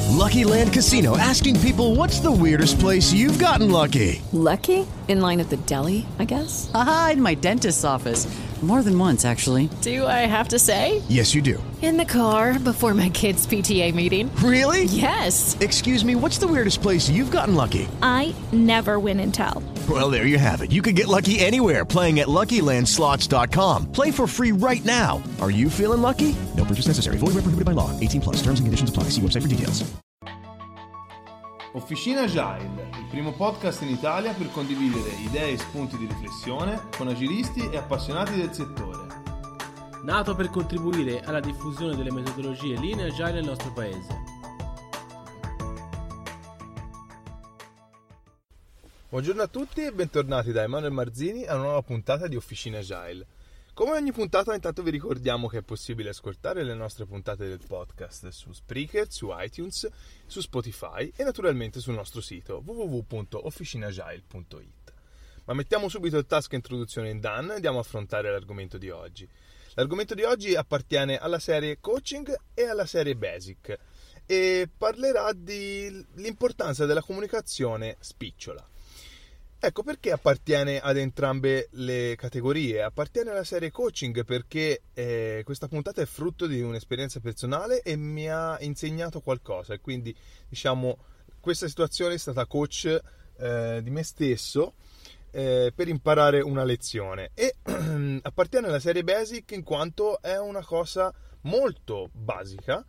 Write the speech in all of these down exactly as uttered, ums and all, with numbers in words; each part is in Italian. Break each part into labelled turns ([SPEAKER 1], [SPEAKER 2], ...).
[SPEAKER 1] Lucky Land Casino, asking people, what's the weirdest place you've gotten lucky?
[SPEAKER 2] Lucky? In line at the deli, I guess?
[SPEAKER 3] Aha, in my dentist's office. More than once, actually.
[SPEAKER 2] Do I have to say?
[SPEAKER 1] Yes, you do.
[SPEAKER 2] In the car before my kids' P T A meeting.
[SPEAKER 1] Really?
[SPEAKER 2] Yes.
[SPEAKER 1] Excuse me, what's the weirdest place you've gotten lucky?
[SPEAKER 4] I never win and tell.
[SPEAKER 1] Well, there you have it. You can get lucky anywhere, playing at Lucky Land Slots dot com. Play for free right now. Are you feeling lucky? No purchase necessary. Void where prohibited by law. eighteen plus. Terms and conditions apply. See website for details.
[SPEAKER 5] Officina Agile, il primo podcast in Italia per condividere idee e spunti di riflessione con agilisti e appassionati del settore.
[SPEAKER 6] Nato per contribuire alla diffusione delle metodologie Lean e Agile nel nostro paese.
[SPEAKER 5] Buongiorno a tutti e bentornati da Emanuele Marzini a una nuova puntata di Officina Agile. Come ogni puntata, intanto vi ricordiamo che è possibile ascoltare le nostre puntate del podcast su Spreaker, su iTunes, su Spotify e naturalmente sul nostro sito w w w punto officinagile punto i t. Ma mettiamo subito il task introduzione in done e andiamo a affrontare l'argomento di oggi. L'argomento di oggi appartiene alla serie Coaching e alla serie Basic e parlerà dell'importanza della comunicazione spicciola. Ecco perché appartiene ad entrambe le categorie. Appartiene alla serie Coaching perché eh, questa puntata è frutto di un'esperienza personale e mi ha insegnato qualcosa, e quindi diciamo questa situazione è stata coach eh, di me stesso eh, per imparare una lezione. E appartiene alla serie Basic in quanto è una cosa molto basica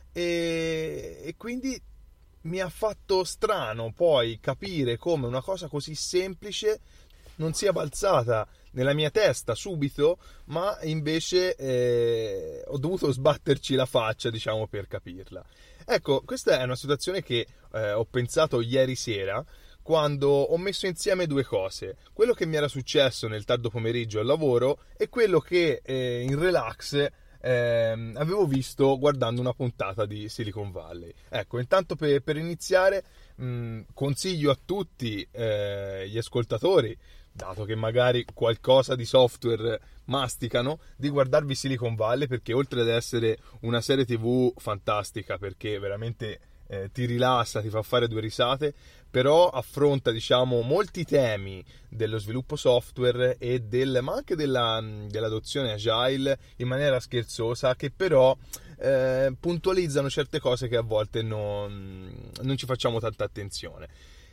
[SPEAKER 5] e, e quindi mi ha fatto strano poi capire come una cosa così semplice non sia balzata nella mia testa subito, ma invece eh, ho dovuto sbatterci la faccia, diciamo, per capirla. Ecco, questa è una situazione che eh, ho pensato ieri sera quando ho messo insieme due cose: quello che mi era successo nel tardo pomeriggio al lavoro e quello che eh, in relax Eh, avevo visto guardando una puntata di Silicon Valley. Ecco, intanto per, per iniziare mh, consiglio a tutti eh, gli ascoltatori, dato che magari qualcosa di software masticano, di guardarvi Silicon Valley, perché oltre ad essere una serie tv fantastica, perché veramente eh, ti rilassa, ti fa fare due risate, però affronta, diciamo, molti temi dello sviluppo software e del, ma anche della, dell'adozione agile in maniera scherzosa, che però eh, puntualizzano certe cose che a volte non, non ci facciamo tanta attenzione.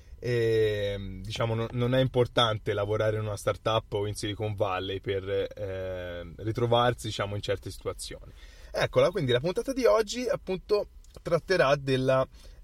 [SPEAKER 5] E, diciamo, non, non è importante lavorare in una startup o in Silicon Valley per eh, ritrovarsi, diciamo, in certe situazioni. Eccola, quindi la puntata di oggi appunto tratterà della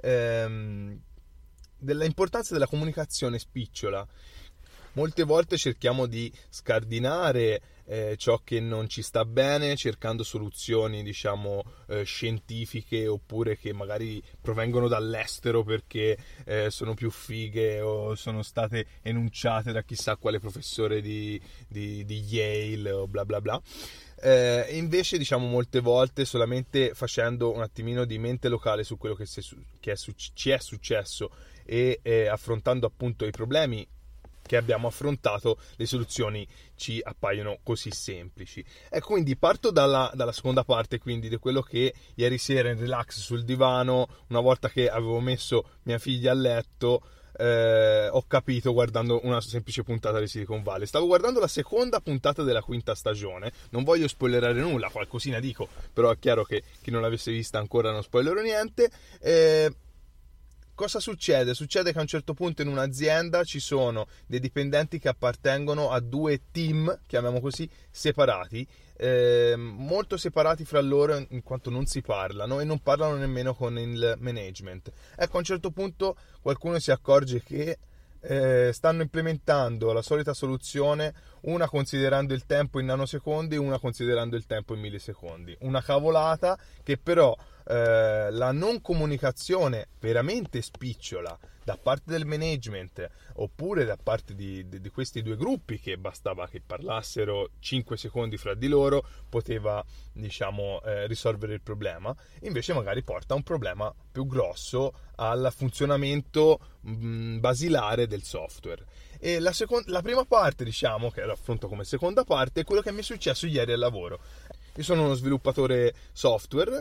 [SPEAKER 5] ehm, dell'importanza della comunicazione spicciola. Molte volte cerchiamo di scardinare eh, ciò che non ci sta bene, cercando soluzioni, diciamo, eh, scientifiche, oppure che magari provengono dall'estero perché eh, sono più fighe o sono state enunciate da chissà quale professore di, di, di Yale o bla bla bla. Eh, invece, diciamo, molte volte solamente facendo un attimino di mente locale su quello che, si, che è, ci è successo e eh, affrontando appunto i problemi che abbiamo affrontato, le soluzioni ci appaiono così semplici. Ecco, quindi parto dalla, dalla seconda parte, quindi di quello che ieri sera in relax sul divano, una volta che avevo messo mia figlia a letto, Eh, ho capito guardando una semplice puntata di Silicon Valley. Stavo guardando la seconda puntata della quinta stagione, non voglio spoilerare nulla, qualcosina dico, però è chiaro che chi non l'avesse vista ancora non spoilerò niente. eh, Cosa succede? Succede che a un certo punto in un'azienda ci sono dei dipendenti che appartengono a due team, chiamiamo così, separati, eh, molto separati fra loro in quanto non si parlano e non parlano nemmeno con il management. Ecco, a un certo punto qualcuno si accorge che eh, stanno implementando la solita soluzione, una considerando il tempo in nanosecondi, una considerando il tempo in millisecondi. Una cavolata che però eh, la non comunicazione veramente spicciola da parte del management oppure da parte di, di, di questi due gruppi, che bastava che parlassero cinque secondi fra di loro, poteva, diciamo, eh, risolvere il problema. Invece magari porta a un problema più grosso al funzionamento mh, basilare del software. E la, seconda, la prima parte, diciamo, che lo affronto come seconda parte, è quello che mi è successo ieri al lavoro. Io sono uno sviluppatore software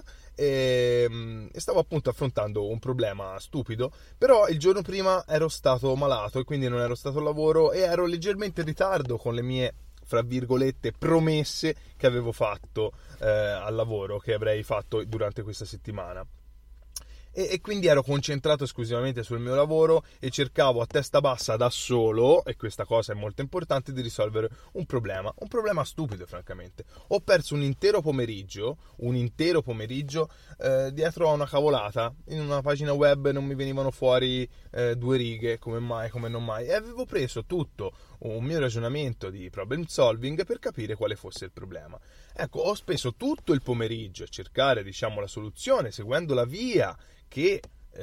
[SPEAKER 5] e, e stavo appunto affrontando un problema stupido, però il giorno prima ero stato malato e quindi non ero stato al lavoro e ero leggermente in ritardo con le mie, fra virgolette, promesse che avevo fatto eh, al lavoro, che avrei fatto durante questa settimana. E quindi ero concentrato esclusivamente sul mio lavoro e cercavo a testa bassa da solo, e questa cosa è molto importante, di risolvere un problema, un problema stupido francamente. Ho perso un intero pomeriggio, un intero pomeriggio eh, dietro a una cavolata, in una pagina web non mi venivano fuori eh, due righe, come mai, come non mai, e avevo preso tutto un mio ragionamento di problem solving per capire quale fosse il problema. Ecco, ho speso tutto il pomeriggio a cercare, diciamo, la soluzione, seguendo la via che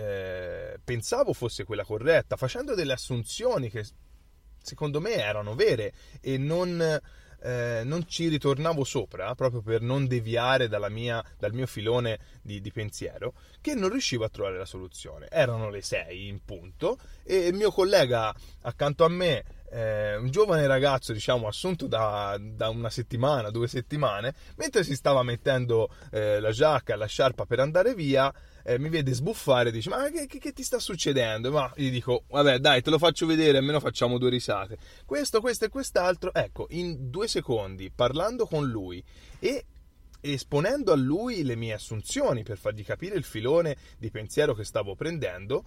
[SPEAKER 5] eh, pensavo fosse quella corretta, facendo delle assunzioni che secondo me erano vere e non, eh, non ci ritornavo sopra, proprio per non deviare dalla mia, dal mio filone di, di pensiero, che non riuscivo a trovare la soluzione. Erano le sei in punto e il mio collega accanto a me, Eh, un giovane ragazzo, diciamo, assunto da, da una settimana, due settimane, mentre si stava mettendo eh, la giacca, la sciarpa per andare via, eh, mi vede sbuffare e dice: ma che, che, che ti sta succedendo? Ma gli dico: vabbè, dai, te lo faccio vedere, almeno facciamo due risate. Questo, questo e quest'altro. Ecco, in due secondi, parlando con lui e esponendo a lui le mie assunzioni per fargli capire il filone di pensiero che stavo prendendo,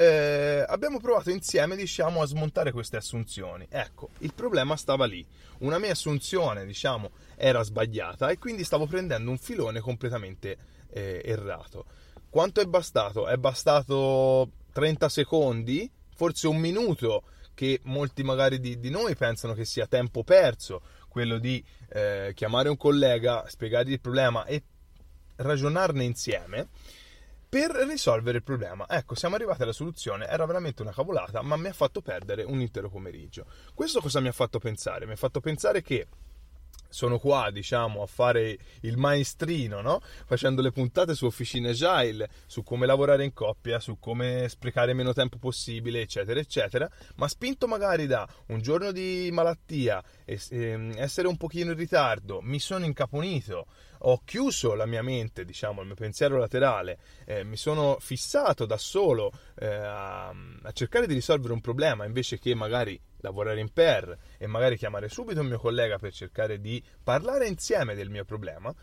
[SPEAKER 5] Eh, abbiamo provato insieme, diciamo, a smontare queste assunzioni. Ecco, il problema stava lì. Una mia assunzione, diciamo, era sbagliata e quindi stavo prendendo un filone completamente eh, errato. Quanto è bastato? È bastato trenta secondi, forse un minuto, che molti magari di, di noi pensano che sia tempo perso, quello di eh, chiamare un collega, spiegargli il problema e ragionarne insieme per risolvere il problema. Ecco, siamo arrivati alla soluzione, era veramente una cavolata, ma mi ha fatto perdere un intero pomeriggio. Questo cosa mi ha fatto pensare? Mi ha fatto pensare che sono qua, diciamo, a fare il maestrino, no? Facendo le puntate su Officina Agile, su come lavorare in coppia, su come sprecare meno tempo possibile, eccetera, eccetera, ma spinto magari da un giorno di malattia, e, e, essere un pochino in ritardo, mi sono incaponito, ho chiuso la mia mente, diciamo, il mio pensiero laterale, eh, mi sono fissato da solo eh, a, a cercare di risolvere un problema invece che magari lavorare in pair e magari chiamare subito un mio collega per cercare di parlare insieme del mio problema,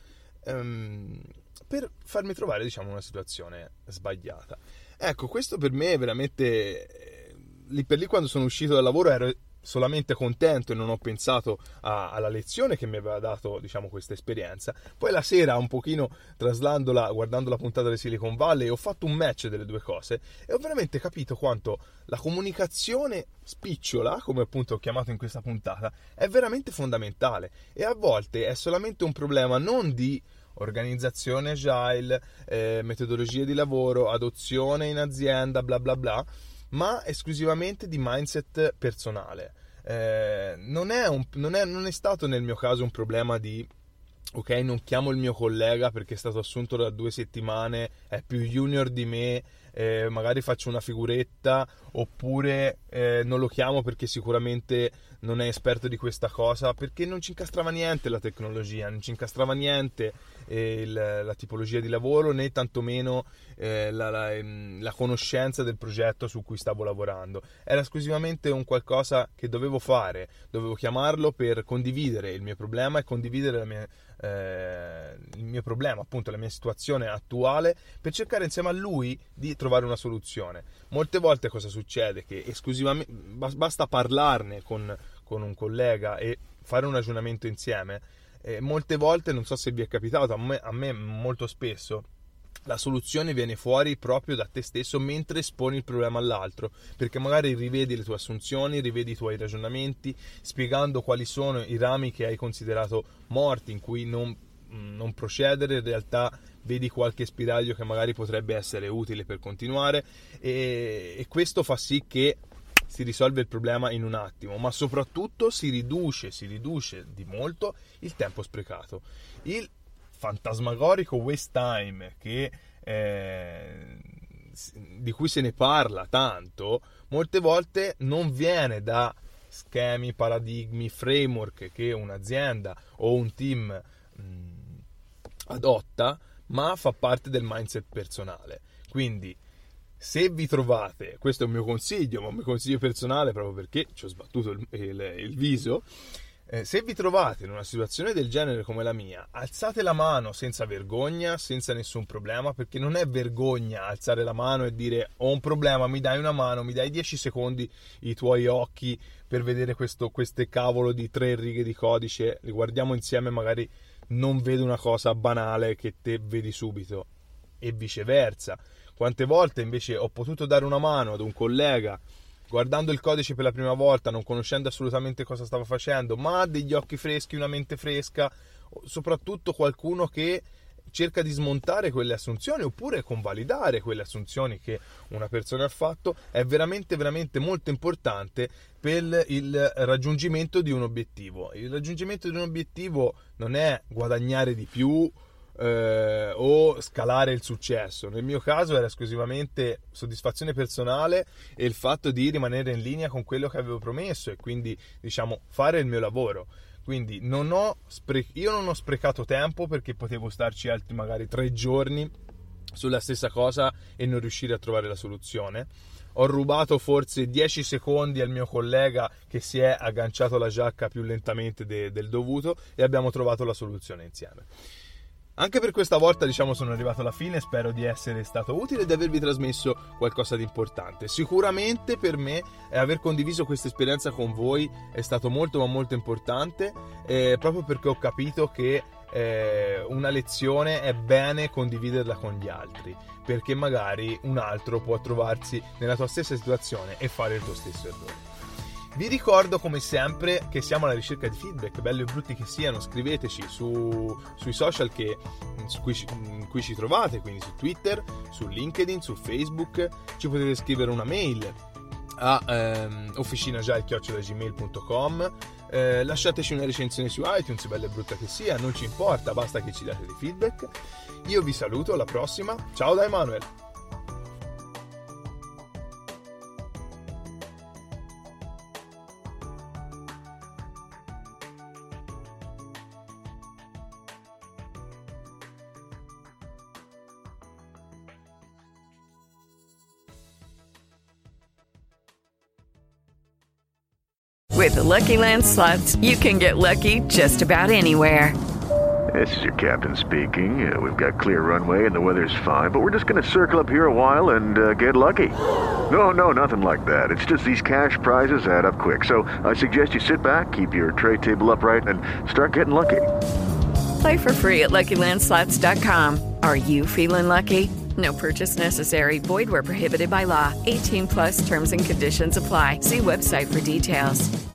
[SPEAKER 5] ehm, per farmi trovare, diciamo, una situazione sbagliata. Ecco, questo per me è veramente eh, lì per lì, quando sono uscito dal lavoro ero solamente contento e non ho pensato a, alla lezione che mi aveva dato, diciamo, questa esperienza. Poi la sera, un pochino traslandola, guardando la puntata di Silicon Valley, ho fatto un match delle due cose e ho veramente capito quanto la comunicazione spicciola, come appunto ho chiamato in questa puntata, è veramente fondamentale e a volte è solamente un problema non di organizzazione agile, eh, metodologie di lavoro, adozione in azienda, bla bla bla, ma esclusivamente di mindset personale. Eh, non, è un, non, è, non è stato nel mio caso un problema di ok, non chiamo il mio collega perché è stato assunto da due settimane, è più junior di me, eh, magari faccio una figuretta, oppure eh, non lo chiamo perché sicuramente non è esperto di questa cosa, perché non ci incastrava niente la tecnologia, non ci incastrava niente eh, il, la tipologia di lavoro, né tantomeno eh, la, la, la conoscenza del progetto su cui stavo lavorando. Era esclusivamente un qualcosa che dovevo fare, dovevo chiamarlo per condividere il mio problema e condividere la mia, eh, il mio problema, appunto la mia situazione attuale, per cercare insieme a lui di trovare una soluzione. Molte volte cosa succede? Che esclusivamente basta parlarne con, con un collega e fare un ragionamento insieme. E molte volte, non so se vi è capitato, a me, a me molto spesso la soluzione viene fuori proprio da te stesso mentre esponi il problema all'altro, perché magari rivedi le tue assunzioni, rivedi i tuoi ragionamenti, spiegando quali sono i rami che hai considerato morti, in cui non, non procedere, in realtà vedi qualche spiraglio che magari potrebbe essere utile per continuare, e, e questo fa sì che si risolve il problema in un attimo, ma soprattutto si riduce, si riduce di molto il tempo sprecato. Il fantasmagorico waste time che eh, di cui se ne parla tanto, molte volte non viene da schemi, paradigmi, framework che un'azienda o un team mh, adotta, ma fa parte del mindset personale. Quindi se vi trovate, questo è un mio consiglio, ma un mio consiglio personale proprio perché ci ho sbattuto il, il, il viso, eh, se vi trovate in una situazione del genere come la mia, alzate la mano senza vergogna, senza nessun problema, perché non è vergogna alzare la mano e dire ho un problema, mi dai una mano, mi dai dieci secondi i tuoi occhi per vedere questo, queste cavolo di tre righe di codice, li guardiamo insieme, magari non vedo una cosa banale che te vedi subito, e viceversa. Quante volte invece ho potuto dare una mano ad un collega guardando il codice per la prima volta, non conoscendo assolutamente cosa stava facendo, ma ha degli occhi freschi, una mente fresca, soprattutto qualcuno che cerca di smontare quelle assunzioni oppure convalidare quelle assunzioni che una persona ha fatto, è veramente veramente molto importante per il raggiungimento di un obiettivo. Il raggiungimento di un obiettivo non è guadagnare di più eh, o scalare il successo. Nel mio caso era esclusivamente soddisfazione personale e il fatto di rimanere in linea con quello che avevo promesso e quindi, diciamo, fare il mio lavoro. Quindi non ho spre- io non ho sprecato tempo, perché potevo starci altri magari tre giorni sulla stessa cosa e non riuscire a trovare la soluzione. Ho rubato forse dieci secondi al mio collega che si è agganciato la giacca più lentamente de- del dovuto e abbiamo trovato la soluzione insieme. Anche per questa volta, diciamo, sono arrivato alla fine, spero di essere stato utile e di avervi trasmesso qualcosa di importante. Sicuramente per me aver condiviso questa esperienza con voi è stato molto ma molto importante, eh, proprio perché ho capito che eh, una lezione è bene condividerla con gli altri, perché magari un altro può trovarsi nella tua stessa situazione e fare il tuo stesso errore. Vi ricordo come sempre che siamo alla ricerca di feedback, belli o brutti che siano. Scriveteci su, sui social che, su cui, in cui ci trovate, quindi su Twitter, su LinkedIn, su Facebook. Ci potete scrivere una mail a ehm, officinagile chiocciola gmail punto com. Eh, lasciateci una recensione su iTunes, bella e brutta che sia, non ci importa, basta che ci date dei feedback. Io vi saluto, alla prossima, ciao da Emanuel.
[SPEAKER 7] With the Lucky Land Slots, you can get lucky just about anywhere.
[SPEAKER 8] This is your captain speaking. Uh, we've got clear runway and the weather's fine, but we're just going to circle up here a while and uh, get lucky. No, no, nothing like that. It's just these cash prizes add up quick. So I suggest you sit back, keep your tray table upright, and start getting lucky.
[SPEAKER 7] Play for free at Lucky Land Slots dot com. Are you feeling lucky? No purchase necessary. Void where prohibited by law. eighteen plus terms and conditions apply. See website for details.